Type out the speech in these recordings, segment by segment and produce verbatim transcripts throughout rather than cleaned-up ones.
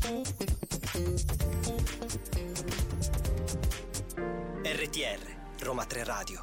R T R Roma tre Radio.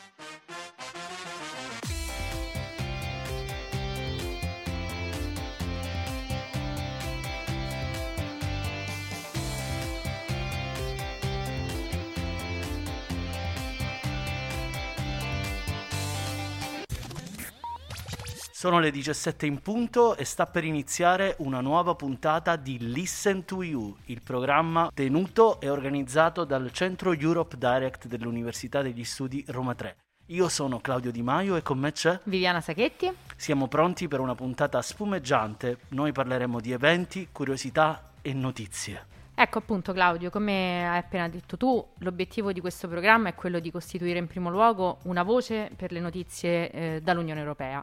Sono le diciassette in punto e sta per iniziare una nuova puntata di Listen to You, il programma tenuto e organizzato dal Centro Europe Direct dell'Università degli Studi Roma tre. Io sono Claudio Di Maio e con me c'è Viviana Sacchetti. Siamo pronti per una puntata spumeggiante. Noi parleremo di eventi, curiosità e notizie. Ecco appunto Claudio, come hai appena detto tu, l'obiettivo di questo programma è quello di costituire in primo luogo una voce per le notizie eh, dall'Unione Europea.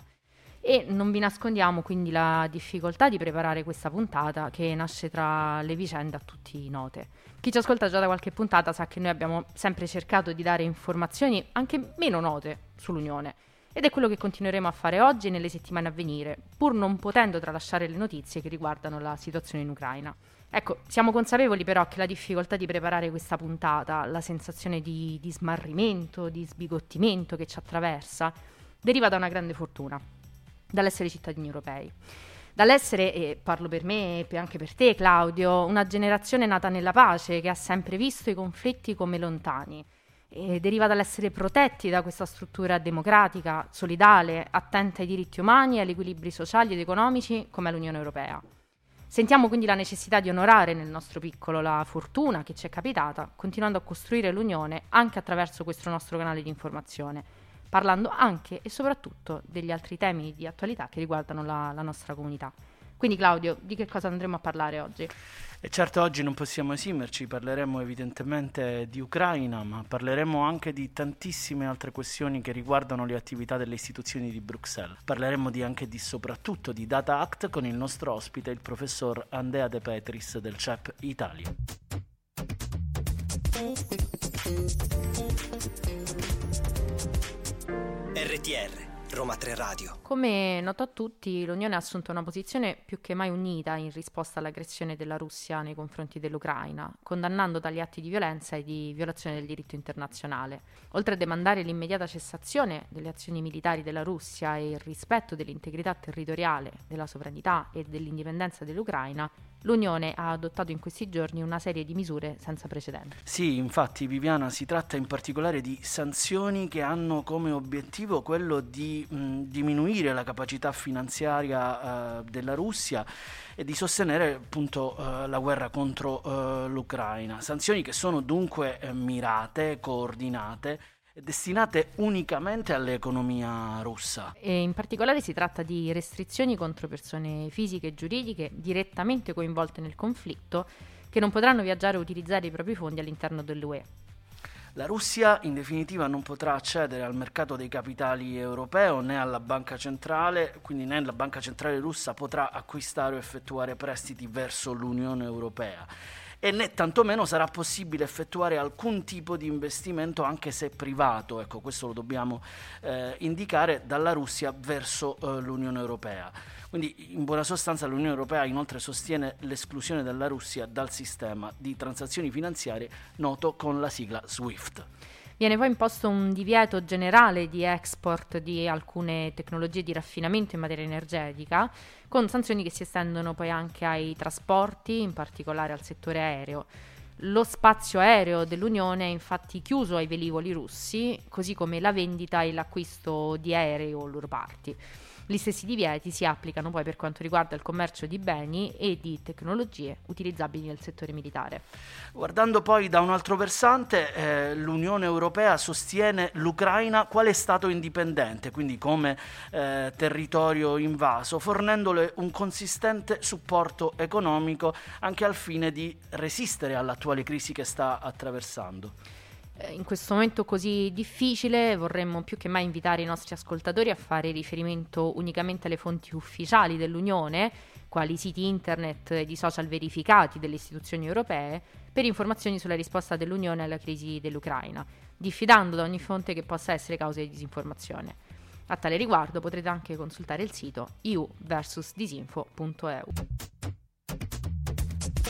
E non vi nascondiamo quindi la difficoltà di preparare questa puntata, che nasce tra le vicende a tutti note. Chi ci ascolta già da qualche puntata sa che noi abbiamo sempre cercato di dare informazioni anche meno note sull'Unione, ed è quello che continueremo a fare oggi e nelle settimane a venire, pur non potendo tralasciare le notizie che riguardano la situazione in Ucraina. Ecco, siamo consapevoli però che la difficoltà di preparare questa puntata, la sensazione di, di smarrimento, di sbigottimento che ci attraversa, deriva da una grande fortuna: dall'essere cittadini europei, dall'essere, e parlo per me e anche per te Claudio, una generazione nata nella pace che ha sempre visto i conflitti come lontani, e deriva dall'essere protetti da questa struttura democratica, solidale, attenta ai diritti umani e agli equilibri sociali ed economici come l'Unione Europea. Sentiamo quindi la necessità di onorare nel nostro piccolo la fortuna che ci è capitata, continuando a costruire l'Unione anche attraverso questo nostro canale di informazione, parlando anche e soprattutto degli altri temi di attualità che riguardano la, la nostra comunità. Quindi Claudio, di che cosa andremo a parlare oggi? E certo, oggi non possiamo esimerci, parleremo evidentemente di Ucraina, ma parleremo anche di tantissime altre questioni che riguardano le attività delle istituzioni di Bruxelles. Parleremo di anche di soprattutto di Data Act con il nostro ospite, il professor Andrea De Petris del C E P Italia. R T R Roma tre Radio. Come noto a tutti, l'Unione ha assunto una posizione più che mai unita in risposta all'aggressione della Russia nei confronti dell'Ucraina, condannando tali atti di violenza e di violazione del diritto internazionale. Oltre a demandare l'immediata cessazione delle azioni militari della Russia e il rispetto dell'integrità territoriale, della sovranità e dell'indipendenza dell'Ucraina, l'Unione ha adottato in questi giorni una serie di misure senza precedenti. Sì, infatti Viviana, si tratta in particolare di sanzioni che hanno come obiettivo quello di mh, diminuire la capacità finanziaria uh, della Russia e di sostenere appunto uh, la guerra contro uh, l'Ucraina. Sanzioni che sono dunque eh, mirate, coordinate, destinate unicamente all'economia russa. E in particolare si tratta di restrizioni contro persone fisiche e giuridiche direttamente coinvolte nel conflitto, che non potranno viaggiare o utilizzare i propri fondi all'interno dell'U E. La Russia in definitiva non potrà accedere al mercato dei capitali europeo né alla banca centrale, quindi né la banca centrale russa potrà acquistare o effettuare prestiti verso l'Unione Europea. E né tantomeno sarà possibile effettuare alcun tipo di investimento, anche se privato, ecco, questo lo dobbiamo eh, indicare, dalla Russia verso eh, l'Unione Europea. Quindi in buona sostanza l'Unione Europea inoltre sostiene l'esclusione della Russia dal sistema di transazioni finanziarie noto con la sigla SWIFT. Viene poi imposto un divieto generale di export di alcune tecnologie di raffinamento in materia energetica, con sanzioni che si estendono poi anche ai trasporti, in particolare al settore aereo. Lo spazio aereo dell'Unione è infatti chiuso ai velivoli russi, così come la vendita e l'acquisto di aerei o loro parti. Gli stessi divieti si applicano poi per quanto riguarda il commercio di beni e di tecnologie utilizzabili nel settore militare. Guardando poi da un altro versante, eh, l'Unione Europea sostiene l'Ucraina quale Stato indipendente, quindi come eh, territorio invaso, fornendole un consistente supporto economico anche al fine di resistere all'attuale crisi che sta attraversando. In questo momento così difficile vorremmo più che mai invitare i nostri ascoltatori a fare riferimento unicamente alle fonti ufficiali dell'Unione, quali siti internet e di social verificati delle istituzioni europee, per informazioni sulla risposta dell'Unione alla crisi dell'Ucraina, diffidando da ogni fonte che possa essere causa di disinformazione. A tale riguardo potrete anche consultare il sito e u versus disinfo punto e u.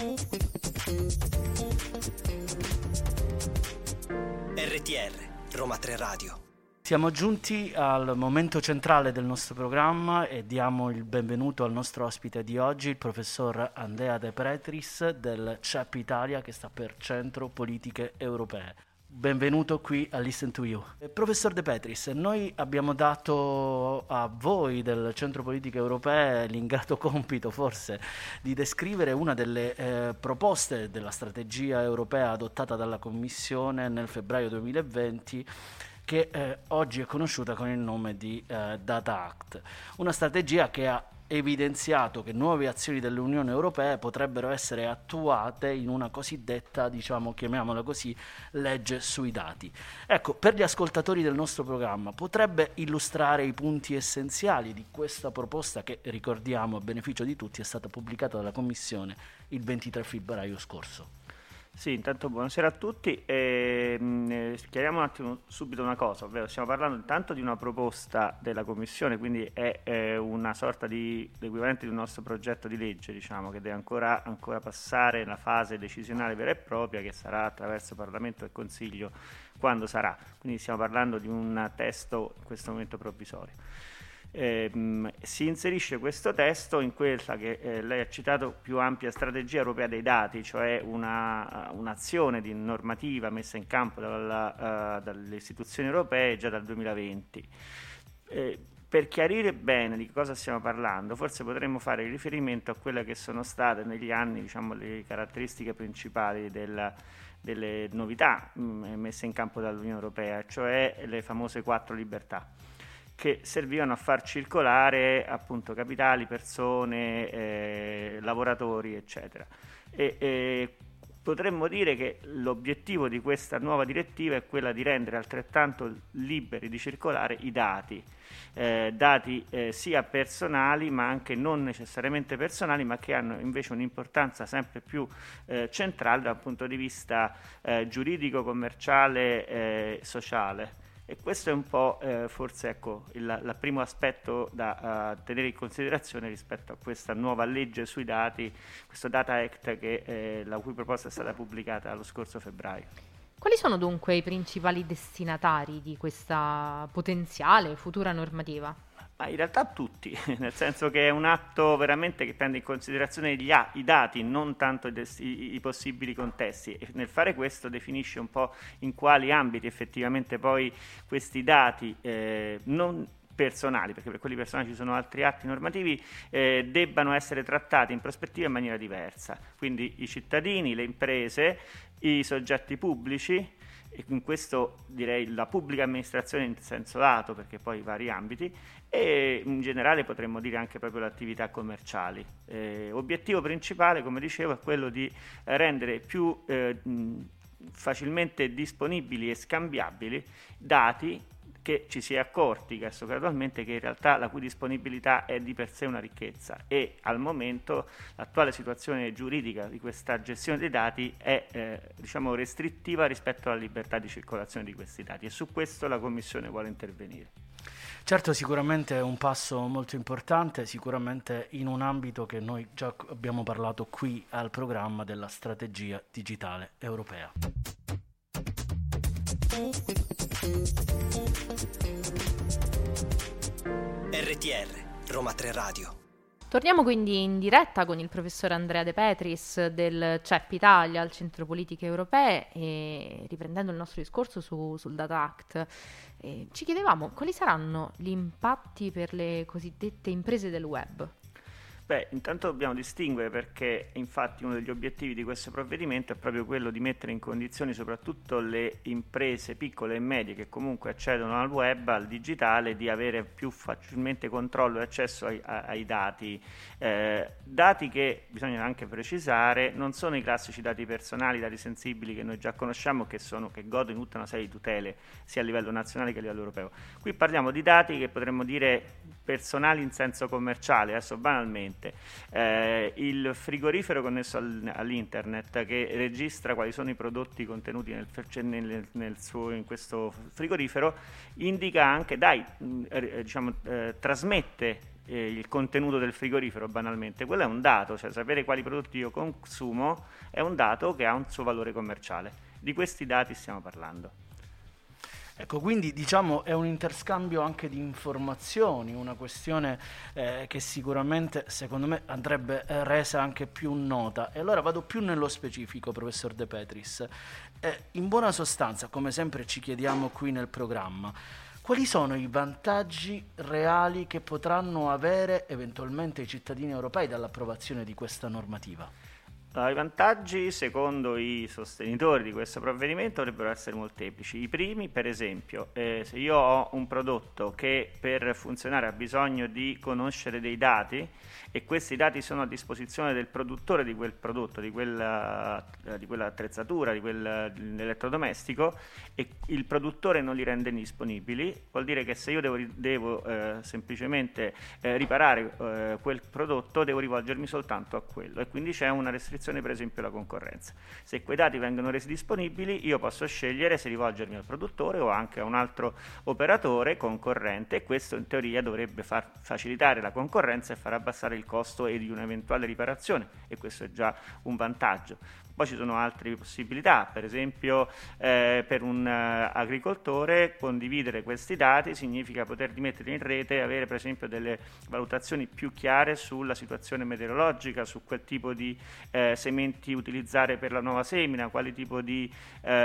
R T R, Roma tre Radio. Siamo giunti al momento centrale del nostro programma e diamo il benvenuto al nostro ospite di oggi, il professor Andrea De Petris del C E P Italia, che sta per Centro Politiche Europee. Benvenuto qui a Listen to You. Eh, professor De Petris, noi abbiamo dato a voi del Centro Politiche Europee l'ingrato compito forse di descrivere una delle eh, proposte della strategia europea adottata dalla Commissione nel febbraio duemilaventi, che eh, oggi è conosciuta con il nome di eh, Data Act, una strategia che ha evidenziato che nuove azioni dell'Unione Europea potrebbero essere attuate in una cosiddetta, diciamo, chiamiamola così, legge sui dati. Ecco, per gli ascoltatori del nostro programma, potrebbe illustrare i punti essenziali di questa proposta che, ricordiamo, a beneficio di tutti, è stata pubblicata dalla Commissione il ventitré febbraio scorso. Sì, intanto buonasera a tutti. E, mh, chiariamo un attimo subito una cosa, ovvero stiamo parlando intanto di una proposta della Commissione, quindi è, è una sorta di equivalente di un nostro progetto di legge, diciamo, che deve ancora, ancora passare la fase decisionale vera e propria, che sarà attraverso Parlamento e Consiglio quando sarà. Quindi stiamo parlando di un testo in questo momento provvisorio. Eh, mh, si inserisce questo testo in quella che eh, lei ha citato più ampia strategia europea dei dati, cioè una, un'azione di normativa messa in campo dalla, uh, dalle istituzioni europee già dal duemilaventi. Eh, per chiarire bene di cosa stiamo parlando, forse potremmo fare riferimento a quelle che sono state negli anni, diciamo, le caratteristiche principali della, delle novità mh, messe in campo dall'Unione Europea, cioè le famose quattro libertà, che servivano a far circolare appunto capitali, persone, eh, lavoratori, eccetera. E, e potremmo dire che l'obiettivo di questa nuova direttiva è quella di rendere altrettanto liberi di circolare i dati, eh, dati eh, sia personali ma anche non necessariamente personali, ma che hanno invece un'importanza sempre più eh, centrale dal punto di vista eh, giuridico, commerciale e eh, sociale. E questo è un po' eh, forse ecco il, il primo aspetto da uh, tenere in considerazione rispetto a questa nuova legge sui dati, questo Data Act che, eh, la cui proposta è stata pubblicata lo scorso febbraio. Quali sono dunque i principali destinatari di questa potenziale futura normativa? Ma in realtà tutti, nel senso che è un atto veramente che prende in considerazione gli a, i dati, non tanto i, i, i possibili contesti, e nel fare questo definisce un po' in quali ambiti effettivamente poi questi dati eh, non personali, perché per quelli personali ci sono altri atti normativi, eh, debbano essere trattati in prospettiva in maniera diversa. Quindi i cittadini, le imprese, i soggetti pubblici, e in questo direi la pubblica amministrazione in senso lato, perché poi i vari ambiti, e in generale potremmo dire anche proprio le attività commerciali. Eh, obiettivo principale, come dicevo, è quello di rendere più eh, mh, facilmente disponibili e scambiabili dati che ci si è accorti adesso gradualmente che in realtà la cui disponibilità è di per sé una ricchezza, e al momento l'attuale situazione giuridica di questa gestione dei dati è eh, diciamo restrittiva rispetto alla libertà di circolazione di questi dati, e su questo la Commissione vuole intervenire. Certo, sicuramente è un passo molto importante, sicuramente in un ambito che noi già abbiamo parlato qui al programma della strategia digitale europea. R T R, Roma tre Radio. Torniamo quindi in diretta con il professor Andrea De Petris del C E P Italia al Centro Politiche Europee, e riprendendo il nostro discorso su, sul Data Act, eh, ci chiedevamo quali saranno gli impatti per le cosiddette imprese del web. Beh, intanto dobbiamo distinguere, perché infatti uno degli obiettivi di questo provvedimento è proprio quello di mettere in condizioni soprattutto le imprese piccole e medie che comunque accedono al web, al digitale, di avere più facilmente controllo e accesso ai, ai dati. Eh, dati che, bisogna anche precisare, non sono i classici dati personali, dati sensibili che noi già conosciamo, che, sono, che godono di tutta una serie di tutele sia a livello nazionale che a livello europeo. Qui parliamo di dati che potremmo dire personali in senso commerciale, adesso banalmente. Eh, il frigorifero connesso al, all'internet che registra quali sono i prodotti contenuti nel, nel, nel suo, in questo frigorifero, indica anche, dai, eh, diciamo, eh, trasmette eh, il contenuto del frigorifero banalmente, quello è un dato, cioè sapere quali prodotti io consumo è un dato che ha un suo valore commerciale. Di questi dati stiamo parlando. Ecco, quindi diciamo è un interscambio anche di informazioni, una questione eh, che sicuramente secondo me andrebbe eh, resa anche più nota. E allora vado più nello specifico, professor De Petris. Eh, in buona sostanza, come sempre ci chiediamo qui nel programma, quali sono i vantaggi reali che potranno avere eventualmente i cittadini europei dall'approvazione di questa normativa? Uh, I vantaggi, secondo i sostenitori di questo provvedimento, dovrebbero essere molteplici. I primi, per esempio, eh, se io ho un prodotto che per funzionare ha bisogno di conoscere dei dati e questi dati sono a disposizione del produttore di quel prodotto, di quella, uh, di quell'attrezzatura, di quell'elettrodomestico, e il produttore non li rende disponibili, vuol dire che se io devo, devo eh, semplicemente eh, riparare eh, quel prodotto, devo rivolgermi soltanto a quello, e quindi c'è una restrizione per esempio alla concorrenza. Se quei dati vengono resi disponibili, io posso scegliere se rivolgermi al produttore o anche a un altro operatore concorrente, e questo in teoria dovrebbe far facilitare la concorrenza e far abbassare il costo di un'eventuale riparazione, e questo è già un vantaggio. Poi ci sono altre possibilità, per esempio eh, per un uh, agricoltore condividere questi dati significa poter mettere in rete e avere per esempio delle valutazioni più chiare sulla situazione meteorologica, su quel tipo di eh, sementi utilizzare per la nuova semina, quali tipo di,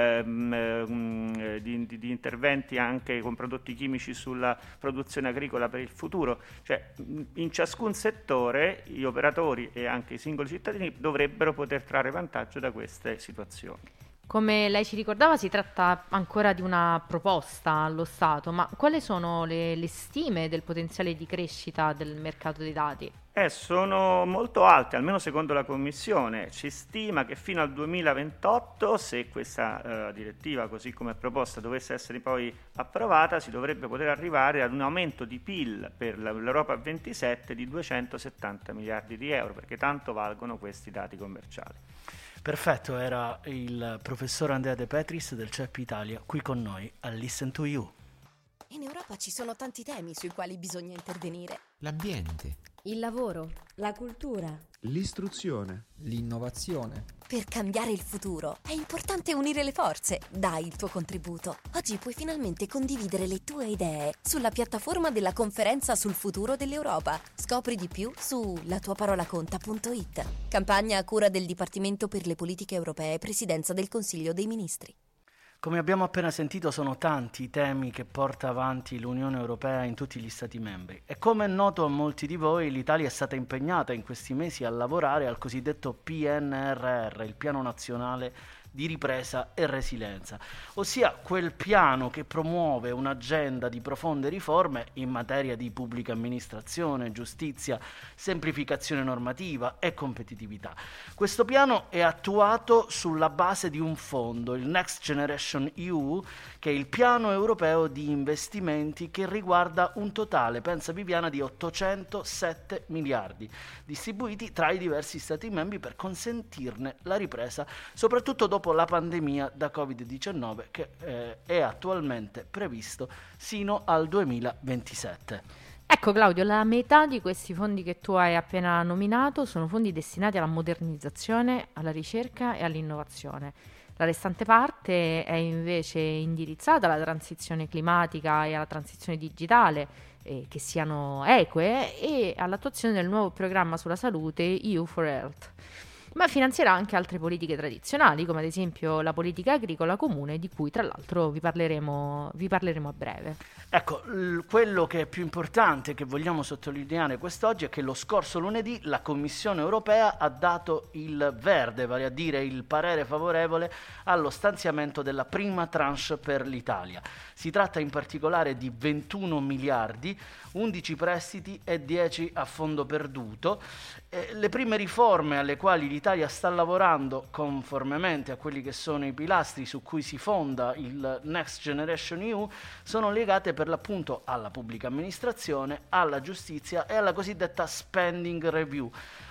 ehm, um, di, di, di interventi anche con prodotti chimici sulla produzione agricola per il futuro. Cioè, in ciascun settore gli operatori e anche i singoli cittadini dovrebbero poter trarre vantaggio da queste situazioni. Come lei ci ricordava, si tratta ancora di una proposta allo Stato, ma quali sono le, le stime del potenziale di crescita del mercato dei dati? Eh, sono molto alte, almeno secondo la Commissione. Si stima che fino al duemilaventotto, se questa eh, direttiva così come è proposta dovesse essere poi approvata, si dovrebbe poter arrivare ad un aumento di P I L per l'Europa ventisette di duecentosettanta miliardi di euro, perché tanto valgono questi dati commerciali. Perfetto, era il professor Andrea De Petris del C E P Italia qui con noi a Listen to You. In Europa ci sono tanti temi sui quali bisogna intervenire. L'ambiente, il lavoro, la cultura, l'istruzione, l'innovazione. Per cambiare il futuro è importante unire le forze. Dai il tuo contributo. Oggi puoi finalmente condividere le tue idee sulla piattaforma della conferenza sul futuro dell'Europa. Scopri di più su la tua parola conta punto it. Campagna a cura del Dipartimento per le politiche europee, Presidenza del Consiglio dei Ministri. Come abbiamo appena sentito, sono tanti i temi che porta avanti l'Unione Europea in tutti gli Stati membri, e come è noto a molti di voi, l'Italia è stata impegnata in questi mesi a lavorare al cosiddetto P N R R, il Piano Nazionale di Ripresa e Resilienza, ossia quel piano che promuove un'agenda di profonde riforme in materia di pubblica amministrazione, giustizia, semplificazione normativa e competitività. Questo piano è attuato sulla base di un fondo, il Next Generation E U, che è il piano europeo di investimenti che riguarda un totale, pensa Viviana, di ottocentosette miliardi, distribuiti tra i diversi Stati membri per consentirne la ripresa, soprattutto dopo la pandemia da covid diciannove che eh, è attualmente previsto sino al duemilaventisette. Ecco Claudio, la metà di questi fondi che tu hai appena nominato sono fondi destinati alla modernizzazione, alla ricerca e all'innovazione. La restante parte è invece indirizzata alla transizione climatica e alla transizione digitale, eh, che siano eque, e all'attuazione del nuovo programma sulla salute E U for Health. Ma finanzierà anche altre politiche tradizionali, come ad esempio la politica agricola comune, di cui tra l'altro vi parleremo, vi parleremo a breve. Ecco, l- quello che è più importante che vogliamo sottolineare quest'oggi è che lo scorso lunedì la Commissione europea ha dato il verde, vale a dire il parere favorevole allo stanziamento della prima tranche per l'Italia. Si tratta in particolare di ventuno miliardi, undici prestiti e dieci a fondo perduto. Eh, le prime riforme alle quali l'Italia sta lavorando, conformemente a quelli che sono i pilastri su cui si fonda il Next Generation E U, sono legate per l'appunto alla pubblica amministrazione, alla giustizia e alla cosiddetta spending review,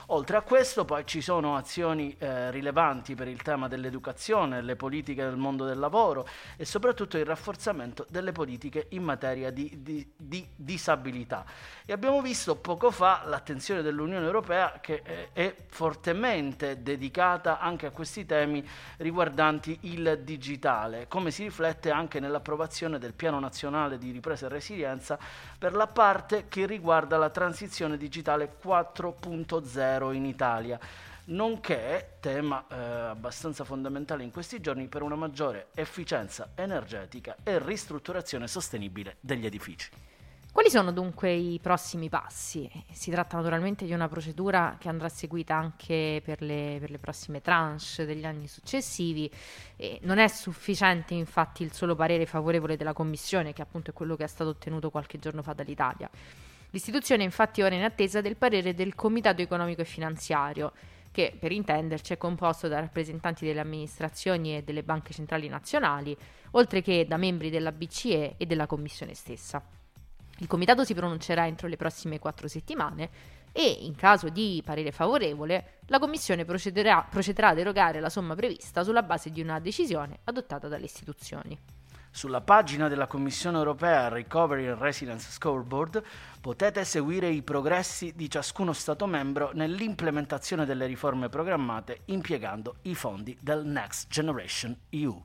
Oltre a questo poi ci sono azioni eh, rilevanti per il tema dell'educazione, le politiche del mondo del lavoro e soprattutto il rafforzamento delle politiche in materia di, di, di disabilità. E abbiamo visto poco fa l'attenzione dell'Unione Europea che eh, è fortemente dedicata anche a questi temi riguardanti il digitale, come si riflette anche nell'approvazione del Piano Nazionale di Ripresa e Resilienza per la parte che riguarda la transizione digitale quattro punto zero in Italia, nonché tema eh, abbastanza fondamentale in questi giorni per una maggiore efficienza energetica e ristrutturazione sostenibile degli edifici. Quali sono dunque i prossimi passi? Si tratta naturalmente di una procedura che andrà seguita anche per le, per le prossime tranche degli anni successivi e non è sufficiente infatti il solo parere favorevole della Commissione, che appunto è quello che è stato ottenuto qualche giorno fa dall'Italia. L'istituzione è infatti ora in attesa del parere del Comitato Economico e Finanziario, che per intenderci è composto da rappresentanti delle amministrazioni e delle banche centrali nazionali, oltre che da membri della B C E e della Commissione stessa. Il Comitato si pronuncerà entro le prossime quattro settimane e, in caso di parere favorevole, la Commissione procederà, procederà ad erogare la somma prevista sulla base di una decisione adottata dalle istituzioni. Sulla pagina della Commissione Europea Recovery and Resilience Scoreboard potete seguire i progressi di ciascuno Stato membro nell'implementazione delle riforme programmate impiegando i fondi del Next Generation E U.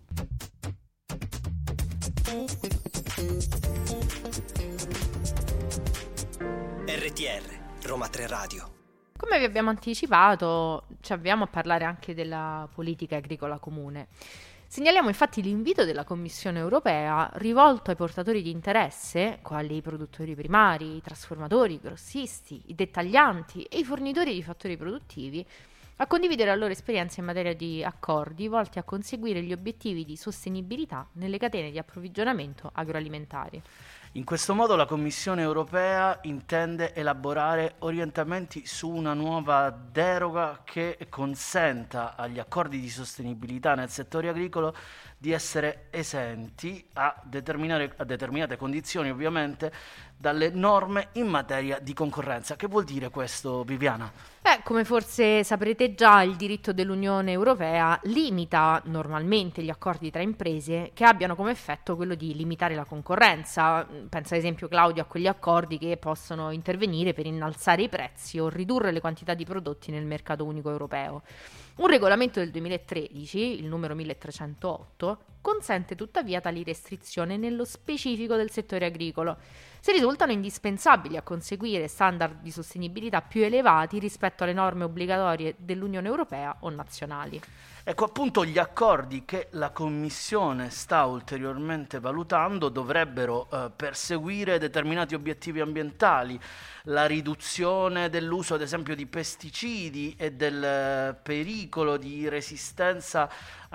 R T R, Roma tre Radio. Come vi abbiamo anticipato, ci avviamo a parlare anche della politica agricola comune. Segnaliamo infatti l'invito della Commissione europea rivolto ai portatori di interesse, quali i produttori primari, i trasformatori, i grossisti, i dettaglianti e i fornitori di fattori produttivi, a condividere la loro esperienza in materia di accordi volti a conseguire gli obiettivi di sostenibilità nelle catene di approvvigionamento agroalimentari. In questo modo la Commissione europea intende elaborare orientamenti su una nuova deroga che consenta agli accordi di sostenibilità nel settore agricolo di essere esenti a, determinare, a determinate condizioni, ovviamente, dalle norme in materia di concorrenza. Che vuol dire questo, Viviana? Beh, come forse saprete già, il diritto dell'Unione Europea limita normalmente gli accordi tra imprese che abbiano come effetto quello di limitare la concorrenza. Pensa ad esempio, Claudio, a quegli accordi che possono intervenire per innalzare i prezzi o ridurre le quantità di prodotti nel mercato unico europeo. Un regolamento del duemilatredici, il numero milletrecentootto, consente tuttavia tali restrizioni nello specifico del settore agricolo, se risultano indispensabili a conseguire standard di sostenibilità più elevati rispetto alle norme obbligatorie dell'Unione Europea o nazionali. Ecco appunto gli accordi che la Commissione sta ulteriormente valutando dovrebbero eh, perseguire determinati obiettivi ambientali, la riduzione dell'uso ad esempio di pesticidi e del eh, pericolo di resistenza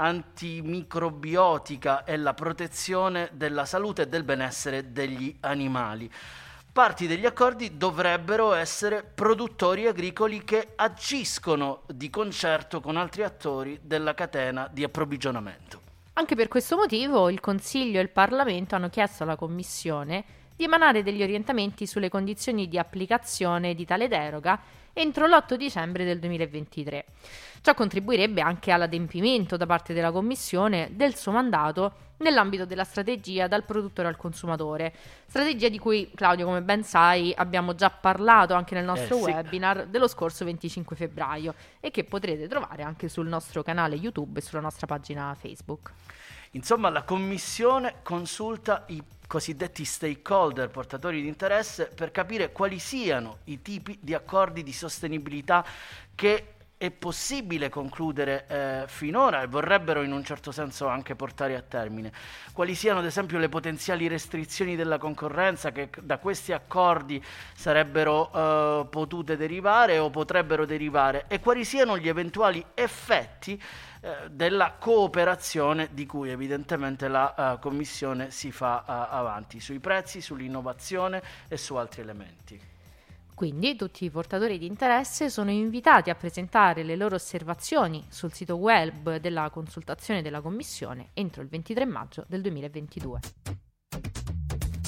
antimicrobiotica e la protezione della salute e del benessere degli animali. Parti degli accordi dovrebbero essere produttori agricoli che agiscono di concerto con altri attori della catena di approvvigionamento. Anche per questo motivo il Consiglio e il Parlamento hanno chiesto alla Commissione di emanare degli orientamenti sulle condizioni di applicazione di tale deroga entro l'otto dicembre del duemilaventitré. Ciò contribuirebbe anche all'adempimento da parte della Commissione del suo mandato nell'ambito della strategia dal produttore al consumatore, strategia di cui, Claudio, come ben sai, abbiamo già parlato anche nel nostro eh, sì. webinar dello scorso venticinque febbraio e che potrete trovare anche sul nostro canale YouTube e sulla nostra pagina Facebook. Insomma, la Commissione consulta i cosiddetti stakeholder, portatori di interesse, per capire quali siano i tipi di accordi di sostenibilità che è possibile concludere eh, finora e vorrebbero in un certo senso anche portare a termine. Quali siano ad esempio le potenziali restrizioni della concorrenza che da questi accordi sarebbero eh, potute derivare o potrebbero derivare e quali siano gli eventuali effetti eh, della cooperazione di cui evidentemente la uh, Commissione si fa uh, avanti sui prezzi, sull'innovazione e su altri elementi. Quindi tutti i portatori di interesse sono invitati a presentare le loro osservazioni sul sito web della consultazione della Commissione entro il ventitré maggio del duemilaventidue.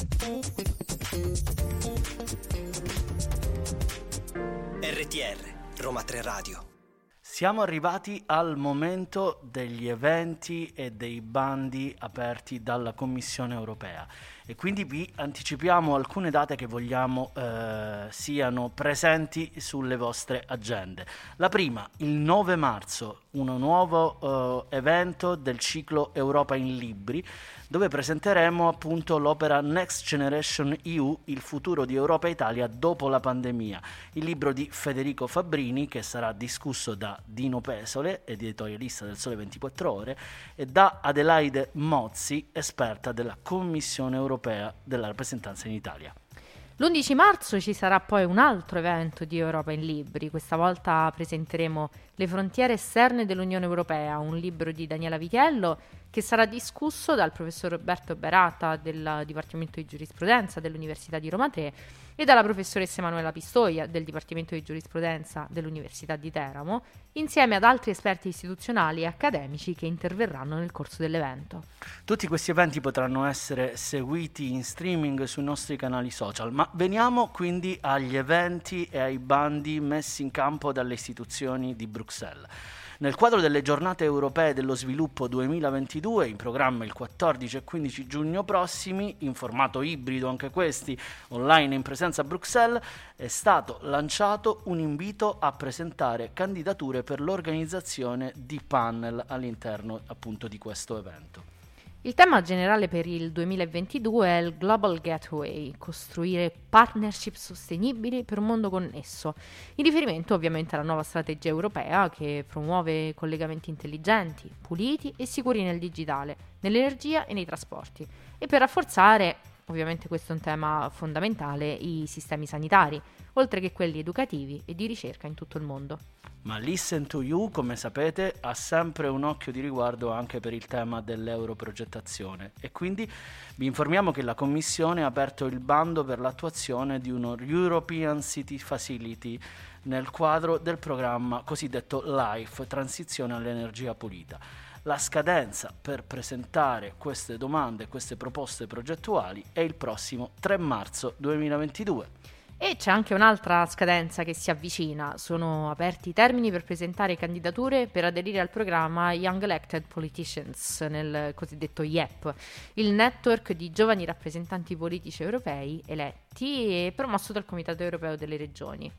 R T R, Roma tre Radio. Siamo arrivati al momento degli eventi e dei bandi aperti dalla Commissione europea e quindi vi anticipiamo alcune date che vogliamo eh, siano presenti sulle vostre agende. La prima, il nove marzo, un nuovo eh, evento del ciclo Europa in Libri, dove presenteremo appunto l'opera Next Generation E U, il futuro di Europa e Italia dopo la pandemia, il libro di Federico Fabbrini che sarà discusso da Dino Pesole, editorialista del Sole ventiquattro Ore, e da Adelaide Mozzi, esperta della Commissione europea della rappresentanza in Italia. L'undici marzo ci sarà poi un altro evento di Europa in Libri. Questa volta presenteremo Le frontiere esterne dell'Unione Europea, un libro di Daniela Vitiello che sarà discusso dal professor Roberto Berata del Dipartimento di Giurisprudenza dell'Università di Roma tre e dalla professoressa Emanuela Pistoia del Dipartimento di Giurisprudenza dell'Università di Teramo, insieme ad altri esperti istituzionali e accademici che interverranno nel corso dell'evento. Tutti questi eventi potranno essere seguiti in streaming sui nostri canali social, ma veniamo quindi agli eventi e ai bandi messi in campo dalle istituzioni di Bruxelles. Nel quadro delle giornate europee dello sviluppo duemilaventidue, in programma il quattordici e quindici giugno prossimi, in formato ibrido anche questi, online in presenza a Bruxelles, è stato lanciato un invito a presentare candidature per l'organizzazione di panel all'interno appunto di questo evento. Il tema generale per il duemilaventidue è il Global Gateway, costruire partnership sostenibili per un mondo connesso, in riferimento ovviamente alla nuova strategia europea che promuove collegamenti intelligenti, puliti e sicuri nel digitale, nell'energia e nei trasporti, e per rafforzare, ovviamente questo è un tema fondamentale, i sistemi sanitari, oltre che quelli educativi e di ricerca in tutto il mondo. Ma Listen to You, come sapete, ha sempre un occhio di riguardo anche per il tema dell'europrogettazione e quindi vi informiamo che la Commissione ha aperto il bando per l'attuazione di uno European City Facility nel quadro del programma cosiddetto LIFE, Transizione all'energia pulita. La scadenza per presentare queste domande, queste proposte progettuali è il prossimo tre marzo duemilaventidue. E c'è anche un'altra scadenza che si avvicina, sono aperti i termini per presentare candidature per aderire al programma Young Elected Politicians, nel cosiddetto I E P, il network di giovani rappresentanti politici europei eletti e promosso dal Comitato Europeo delle Regioni.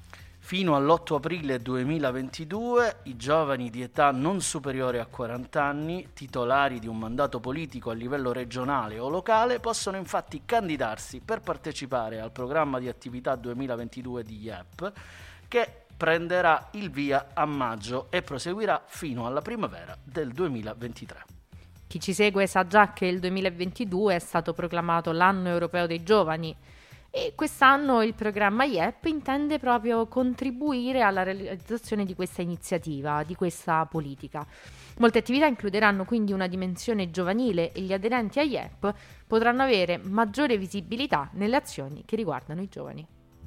Fino all'otto aprile duemilaventidue i giovani di età non superiore a quaranta anni, titolari di un mandato politico a livello regionale o locale, possono infatti candidarsi per partecipare al programma di attività duemilaventidue di I E P, che prenderà il via a maggio e proseguirà fino alla primavera del duemilaventitré. Chi ci segue sa già che il duemilaventidue è stato proclamato l'anno europeo dei giovani, e quest'anno il programma I E P intende proprio contribuire alla realizzazione di questa iniziativa, di questa politica. Molte attività includeranno quindi una dimensione giovanile e gli aderenti a I E P potranno avere maggiore visibilità nelle azioni che riguardano i giovani.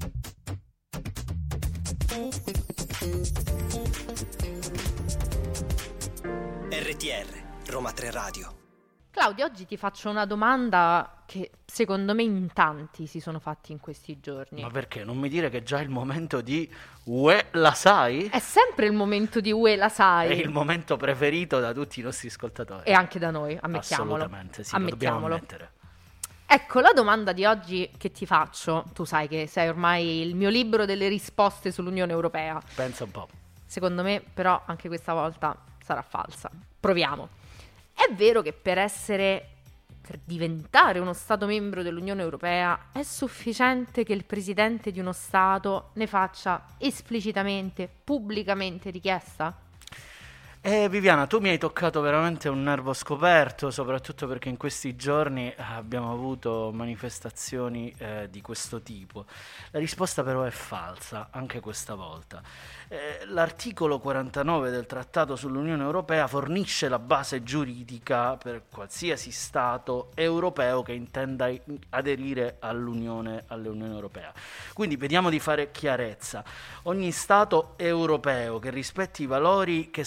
R T R, Roma tre Radio. Claudio, oggi ti faccio una domanda che secondo me in tanti si sono fatti in questi giorni. Ma perché? Non mi dire che è già il momento di Uè, la sai? È sempre il momento di Uè, la sai? È il momento preferito da tutti i nostri ascoltatori. E anche da noi, ammettiamolo. Assolutamente, sì, lo dobbiamo ammettere. Ecco, la domanda di oggi che ti faccio, tu sai che sei ormai il mio libro delle risposte sull'Unione Europea. Pensa un po'. Secondo me, però, anche questa volta sarà falsa. Proviamo. È vero che per essere, per diventare uno Stato membro dell'Unione Europea è sufficiente che il presidente di uno Stato ne faccia esplicitamente, pubblicamente richiesta? Eh, Viviana, tu mi hai toccato veramente un nervo scoperto, soprattutto perché in questi giorni abbiamo avuto manifestazioni eh, di questo tipo. La risposta però è falsa, anche questa volta. Eh, l'articolo quarantanove del Trattato sull'Unione Europea fornisce la base giuridica per qualsiasi Stato europeo che intenda aderire all'Unione, all'Unione Europea. Quindi vediamo di fare chiarezza. Ogni Stato europeo che rispetti i valori che sono contenuti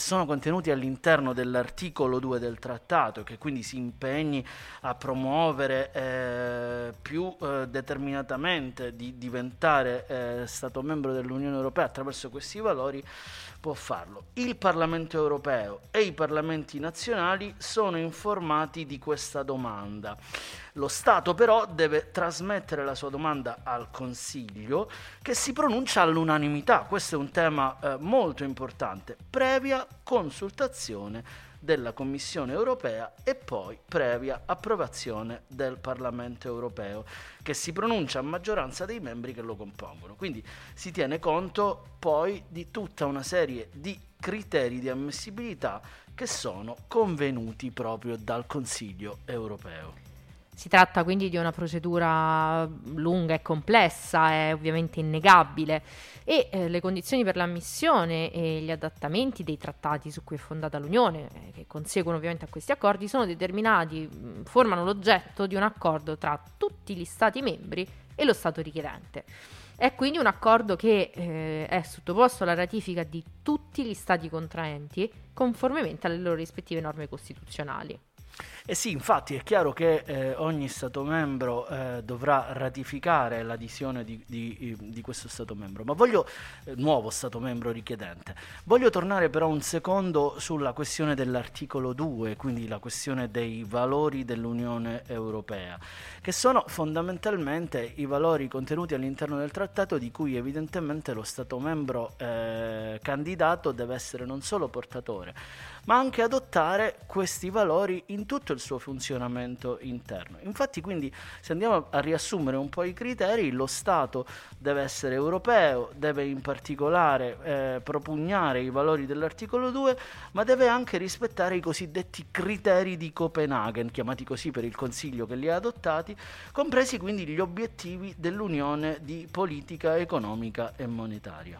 contenuti all'interno dell'articolo due del trattato, che quindi si impegni a promuovere eh, più eh, determinatamente di diventare eh, Stato membro dell'Unione Europea attraverso questi valori, può farlo. Il Parlamento europeo e i parlamenti nazionali sono informati di questa domanda. Lo Stato però deve trasmettere la sua domanda al Consiglio, che si pronuncia all'unanimità. Questo è un tema eh, molto importante, previa consultazione della Commissione europea e poi previa approvazione del Parlamento europeo, che si pronuncia a maggioranza dei membri che lo compongono. Quindi si tiene conto poi di tutta una serie di criteri di ammissibilità che sono convenuti proprio dal Consiglio europeo. Si tratta quindi di una procedura lunga e complessa, è ovviamente innegabile, e eh, le condizioni per l'ammissione e gli adattamenti dei trattati su cui è fondata l'Unione, eh, che conseguono ovviamente a questi accordi, sono determinati, mh, formano l'oggetto di un accordo tra tutti gli Stati membri e lo Stato richiedente. È quindi un accordo che eh, è sottoposto alla ratifica di tutti gli Stati contraenti, conformemente alle loro rispettive norme costituzionali. Eh sì, infatti è chiaro che eh, ogni Stato membro eh, dovrà ratificare l'adesione di, di, di questo Stato membro, ma voglio, eh, nuovo Stato membro richiedente, voglio tornare però un secondo sulla questione dell'articolo due, quindi la questione dei valori dell'Unione Europea, che sono fondamentalmente i valori contenuti all'interno del trattato, di cui evidentemente lo Stato membro eh, candidato deve essere non solo portatore, ma anche adottare questi valori in tutto il suo funzionamento interno. Infatti, quindi, se andiamo a riassumere un po' i criteri, lo Stato deve essere europeo, deve in particolare eh, propugnare i valori dell'articolo due, ma deve anche rispettare i cosiddetti criteri di Copenaghen, chiamati così per il Consiglio che li ha adottati, compresi quindi gli obiettivi dell'Unione di politica economica e monetaria.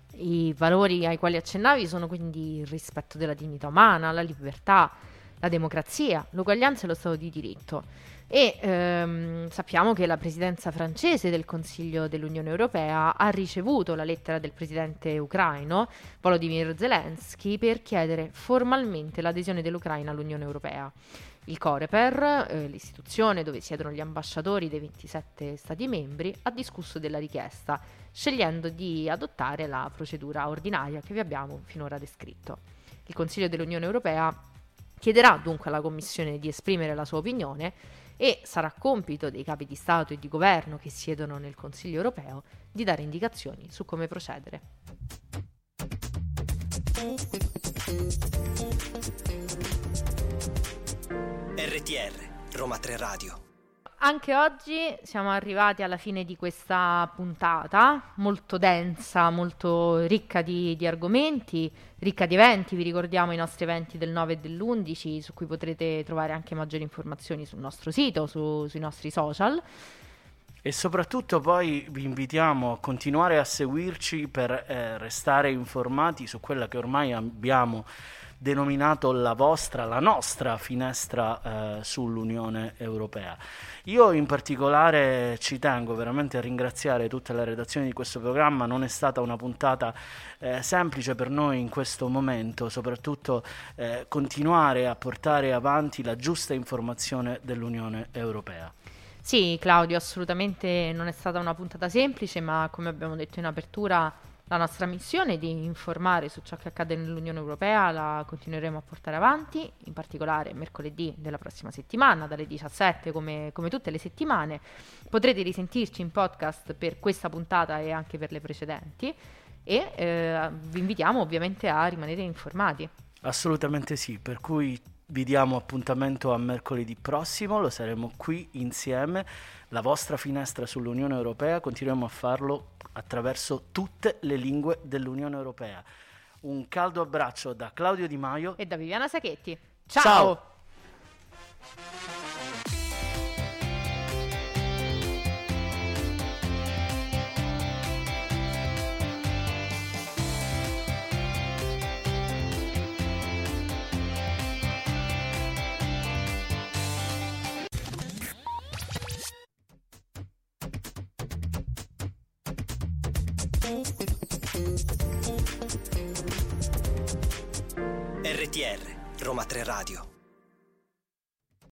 I valori ai quali accennavi sono quindi il rispetto della dignità umana, la libertà, la democrazia, l'uguaglianza e lo Stato di diritto. E ehm, sappiamo che la presidenza francese del Consiglio dell'Unione Europea ha ricevuto la lettera del presidente ucraino Volodymyr Zelensky per chiedere formalmente l'adesione dell'Ucraina all'Unione Europea. Il Coreper, eh, l'istituzione dove siedono gli ambasciatori dei ventisette Stati membri, ha discusso della richiesta, scegliendo di adottare la procedura ordinaria che vi abbiamo finora descritto. Il Consiglio dell'Unione Europea chiederà dunque alla Commissione di esprimere la sua opinione e sarà compito dei capi di Stato e di Governo che siedono nel Consiglio Europeo di dare indicazioni su come procedere. R T R, Roma tre Radio. Anche oggi siamo arrivati alla fine di questa puntata, molto densa, molto ricca di, di argomenti, ricca di eventi. Vi ricordiamo i nostri eventi del nove e dell'undici, su cui potrete trovare anche maggiori informazioni sul nostro sito, su, sui nostri social. E soprattutto poi vi invitiamo a continuare a seguirci per eh, restare informati su quella che ormai abbiamo denominato la vostra, la nostra finestra eh, sull'Unione Europea. Io in particolare ci tengo veramente a ringraziare tutta la redazione di questo programma. Non è stata una puntata eh, semplice per noi in questo momento, soprattutto eh, continuare a portare avanti la giusta informazione dell'Unione Europea. Sì, Claudio, assolutamente non è stata una puntata semplice, ma come abbiamo detto in apertura, la nostra missione è di informare su ciò che accade nell'Unione Europea, la continueremo a portare avanti, in particolare mercoledì della prossima settimana, dalle diciassette, come, come tutte le settimane. Potrete risentirci in podcast per questa puntata e anche per le precedenti, e eh, vi invitiamo ovviamente a rimanere informati. Assolutamente sì, per cui vi diamo appuntamento a mercoledì prossimo, lo saremo qui insieme, la vostra finestra sull'Unione Europea, continueremo a farlo attraverso tutte le lingue dell'Unione Europea. Un caldo abbraccio da Claudio Di Maio e da Viviana Sacchetti. Ciao! Ciao. R R T R, Roma tre Radio.